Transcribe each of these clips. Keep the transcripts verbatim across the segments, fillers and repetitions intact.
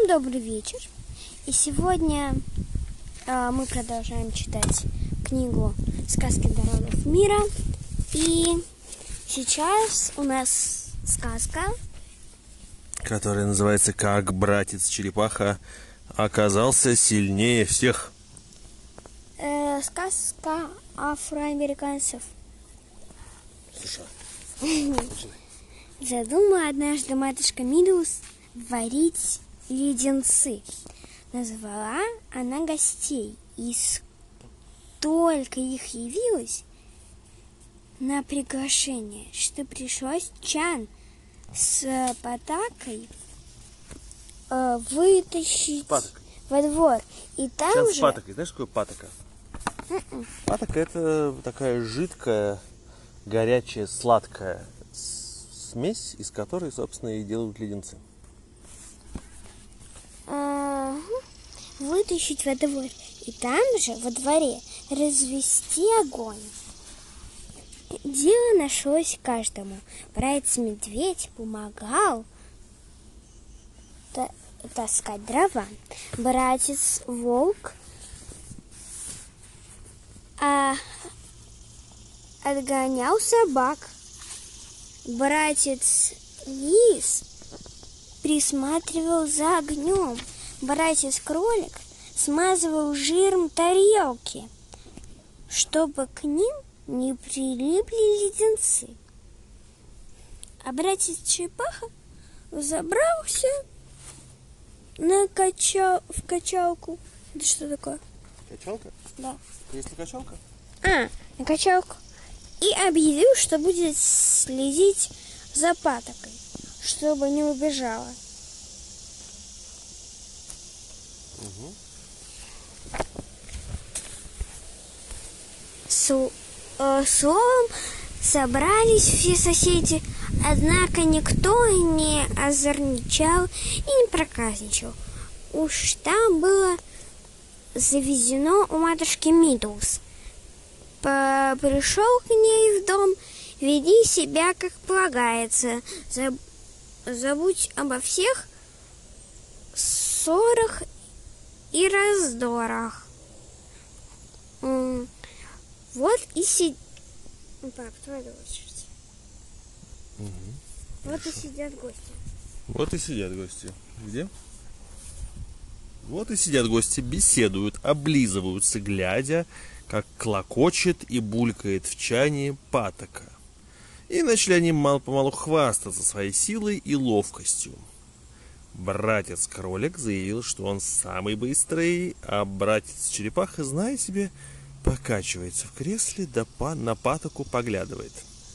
добрый вечер. И сегодня э, мы продолжаем читать книгу «Сказки народов мира». И сейчас у нас сказка, которая называется «Как братец-черепаха оказался сильнее всех». Э, сказка афроамериканцев. США. Задумала однажды матушка Мидоуз варить леденцы. Назвала она гостей, и столько их явилось на приглашение, что пришлось чан с патокой э, вытащить Патокой. во двор. И там Чан же... с патокой. Знаешь, какое патока? Mm-mm. Патока — это такая жидкая, горячая, сладкая смесь, из которой, собственно, и делают леденцы. Вытащить во двор. И там же, во дворе, развести огонь. Дело нашлось каждому. Братец-медведь помогал та- таскать дрова. Братец-волк а, отгонял собак. Братец-лис присматривал за огнем. Братец-кролик смазывал жиром тарелки, чтобы к ним не прилипли леденцы. А братец-черепаха забрался на кача... в качалку. Это что такое? Качалка? Да. Есть ли качалка? А, на качалку. И объявил, что будет следить за патокой, чтобы не убежала. Угу. С, э, словом, собрались все соседи, однако никто не озорничал и не проказничал. Уж там было завезено у матушки Мидоуз. По- пришел к ней в дом, веди себя как полагается, Заб- забудь обо всех ссорах и раздорах. М, Вот и сидят... Пап, твоя очередь. Угу. Вот и сидят гости. Вот и сидят гости. Где? Вот и сидят гости, беседуют, облизываются, глядя, как клокочет и булькает в чане патока. И начали они мало-помалу хвастаться своей силой и ловкостью. Братец-кролик заявил, что он самый быстрый, а братец-черепаха, зная себе, покачивается в кресле, да на патоку поглядывает.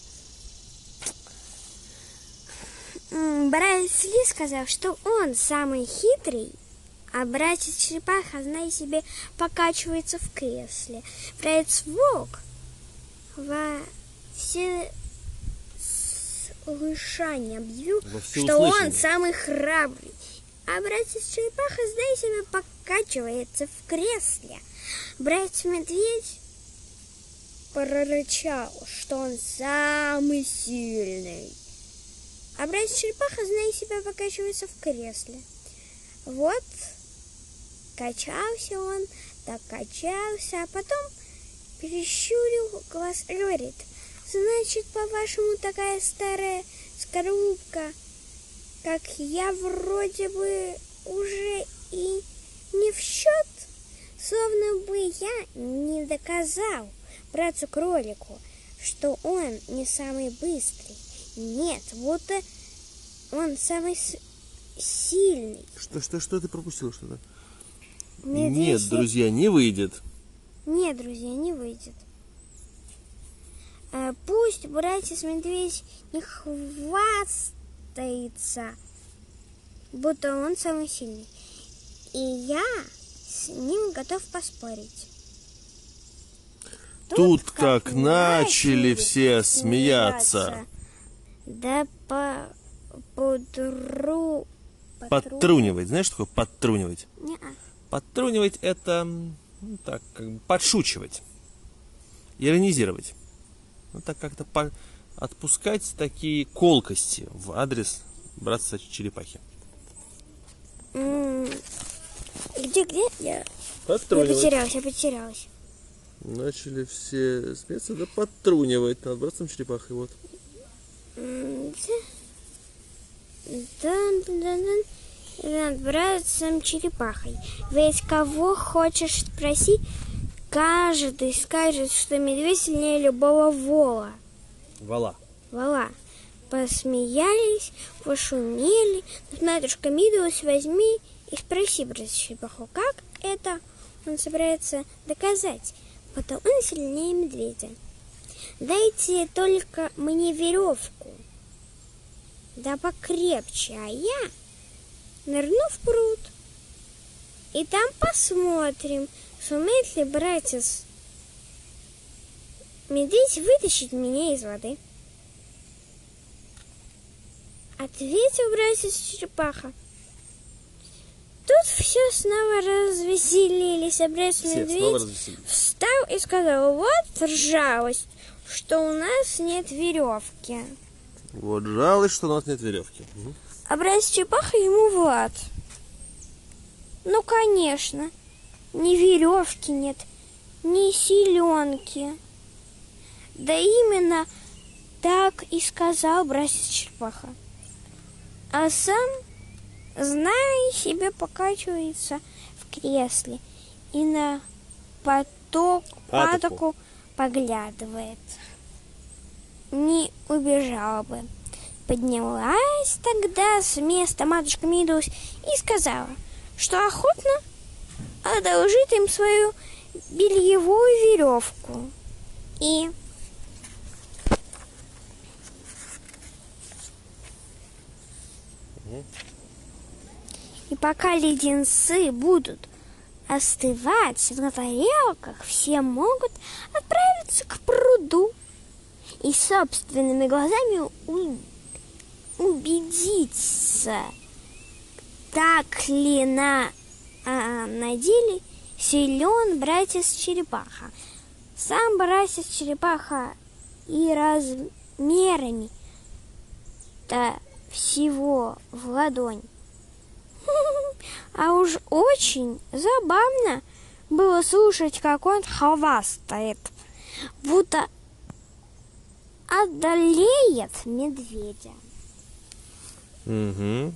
Братец-лис сказал, что он самый хитрый, а братец-черепаха, зная себе, покачивается в кресле. Братец-волк во все слышание объявил, что он самый храбрый, а братец-черепаха, зная себя, покачивается в кресле. Братец-медведь прорычал, что он самый сильный, а братец-черепаха, зная себя, покачивается в кресле. Вот качался он, так качался, а потом прищурил глаз и говорит: значит, по-вашему, такая старая скорлупка, как я, вроде бы уже и не в счет? Словно бы я не доказал братцу-кролику, что он не самый быстрый. Нет, будто он самый сильный. Что, что, что ты пропустил что-то? Медведь... Нет, друзья, не выйдет. Нет, друзья, не выйдет. А пусть братец-медведь не хвастается, будто он самый сильный. И я с ним готов поспорить. Тут, Тут как, как начали все смеяться. смеяться. Да по... подру... Подтрунивать. Знаешь, что такое подтрунивать? Не-а. Подтрунивать — это, ну, так, как бы подшучивать, иронизировать. Ну, так как-то по... отпускать такие колкости в адрес братца-черепахи. М-м, где, где? Я, я Подтрунивать. потерялась, я потерялась. Начали все смеяться, да подтрунивать над братцем черепахой, вот. Над братцем черепахой. Ведь кого хочешь спроси, каждый скажет, что медведь сильнее любого вола. Вала. Вола. Посмеялись, пошумели. Матушка Мидоус, возьми и спроси братца черепаху, как это он собирается доказать, потому он сильнее медведя. Дайте только мне веревку, да покрепче, а я нырну в пруд, и там посмотрим, сумеет ли братец медведь вытащить меня из воды. Ответил братец черепаха. Тут все снова развеселились, а братец медведь встал и сказал: вот жалость, что у нас нет веревки. Вот жалость, что у нас нет веревки. Угу. А братец черепаха ему в лад. Ну, конечно, ни веревки нет, ни силенки. Да именно так и сказал братец черепаха. А сам, зная себе, покачивается в кресле и на поток, патоку поглядывает. Не убежала бы. Поднялась тогда с места матушка Мидоус и сказала, что охотно одолжит им свою бельевую веревку. И И пока леденцы будут остывать на тарелках, все могут отправиться к пруду и собственными глазами у... убедиться, так ли на, а, на деле силен братец черепаха. Сам братец черепаха и размерами-то всего в ладонь. А уж очень забавно было слушать, как он хвастает, будто одолеет медведя. Угу.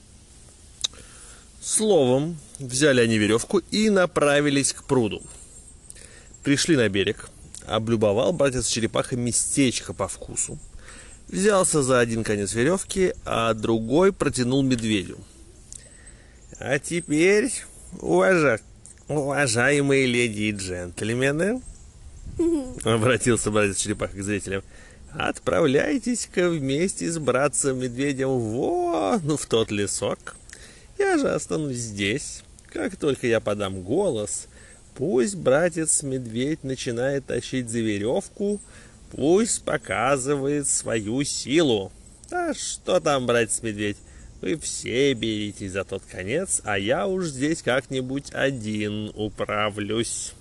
Словом, взяли они веревку и направились к пруду. Пришли на берег, облюбовал братец черепаха местечко по вкусу. Взялся за один конец веревки, а другой протянул медведю. А теперь, уважа... уважаемые леди и джентльмены, обратился братец черепаха к зрителям, отправляйтесь-ка вместе с братцем медведем вон в тот лесок. Я же останусь здесь. Как только я подам голос, пусть братец медведь начинает тащить за веревку, пусть показывает свою силу. Да что там, братец медведь, вы все беритесь за тот конец, а я уж здесь как-нибудь один управлюсь.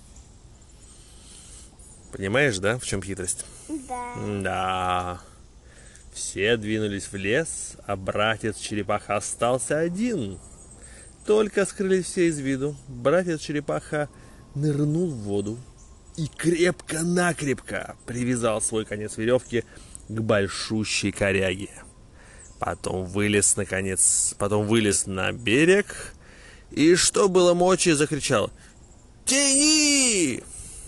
Понимаешь, да, в чем хитрость? Да. Да. Все двинулись в лес, а братец черепаха остался один. Только скрылись все из виду, братец черепаха нырнул в воду и крепко-накрепко привязал свой конец веревки к большущей коряге. Потом вылез, наконец, потом вылез на берег и, что было мочи, закричал: «Тяни!»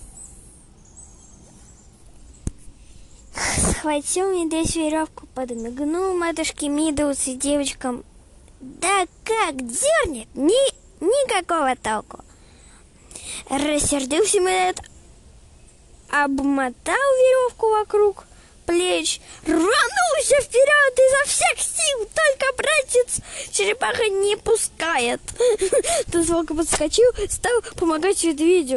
Схватил медведь веревку, подмигнул матушке Мидоус и девочкам. Да как дернет, ни, никакого толку. Рассердился медведь, обмотал веревку вокруг плеч, рванулся вперед изо всех сил, только братец черепаха не пускает. Тут волк подскочил, стал помогать медведю.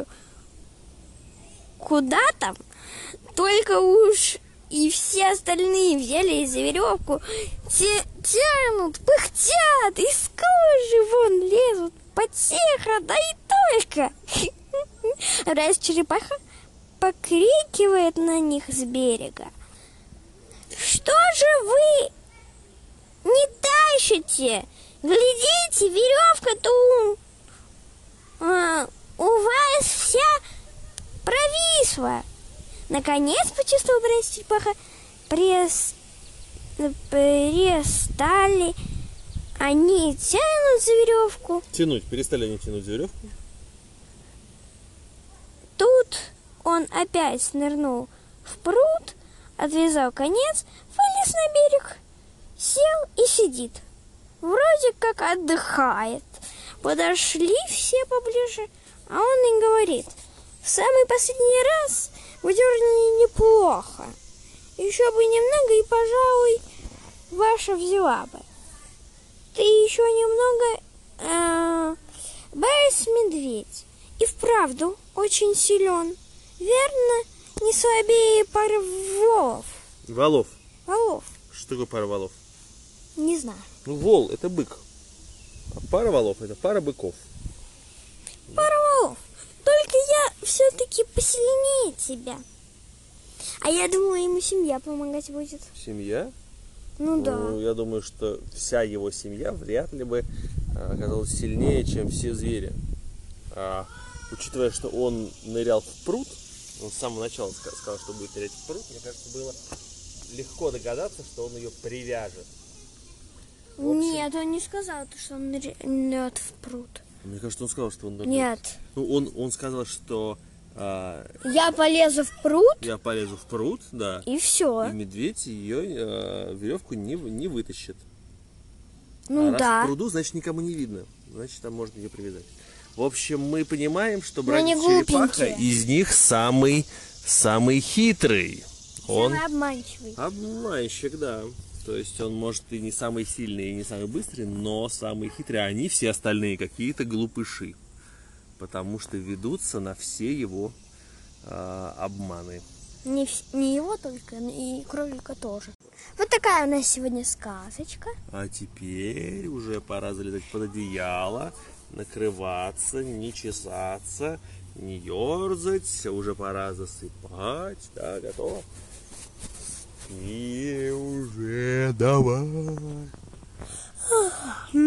Куда там? Только уж и все остальные взяли за веревку, те тянут, пыхтят, из кожи вон лезут, потеха, да и только. Раз черепаха покрикивает на них с берега: что же вы не тащите? Глядите, веревка-то А, у вас вся провисла. Наконец, почувствовал бредь черепаха, прес... перестали они тянут за веревку. Тянуть, перестали они тянуть за веревку. Тут он опять нырнул в пруд, отвязал конец, вылез на берег, сел и сидит. Вроде как отдыхает. Подошли все поближе, а он им говорит: в самый последний раз вы дернули неплохо. Еще бы немного, и, пожалуй, ваша взяла бы. Ты еще немного э, борец-медведь. И вправду очень силен. Верно, не слабее пары волов. Волов. Волов. Что такое пара волов? Не знаю. Ну, вол – это бык. А пара волов – это пара быков. Пара волов. Только я все-таки посильнее тебя. А я думаю, ему семья помогать будет. Семья? Ну, Ну, да. я думаю, что вся его семья вряд ли бы а, оказалась сильнее, чем все звери. А, учитывая, что он нырял в пруд, он с самого начала сказал, что будет нырять в пруд, мне кажется, было легко догадаться, что он ее привяжет. В общем, Нет, он не сказал, что он нырнет в пруд. Мне кажется, он сказал, что он нырнет. Нет. Ну, он, он сказал, что а, Я полезу в пруд, я полезу в пруд, да. и все. И медведь ее э, веревку не, не вытащит. Ну а раз да. в пруду, значит, никому не видно. Значит, там можно ее привязать. В общем, мы понимаем, что Но они братец черепаха глупенькие. из них самый, самый хитрый. Он Самый обманчивый. обманщик, да. То есть он может и не самый сильный, и не самый быстрый, но самый хитрый. А они все остальные какие-то глупыши. Потому что ведутся на все его э, обманы. Не, вс- не его только, но и кролика тоже. Вот такая у нас сегодня сказочка. А теперь уже пора залезать под одеяло, накрываться, не чесаться, не ерзать. Уже пора засыпать. Да, готово? И уже давай.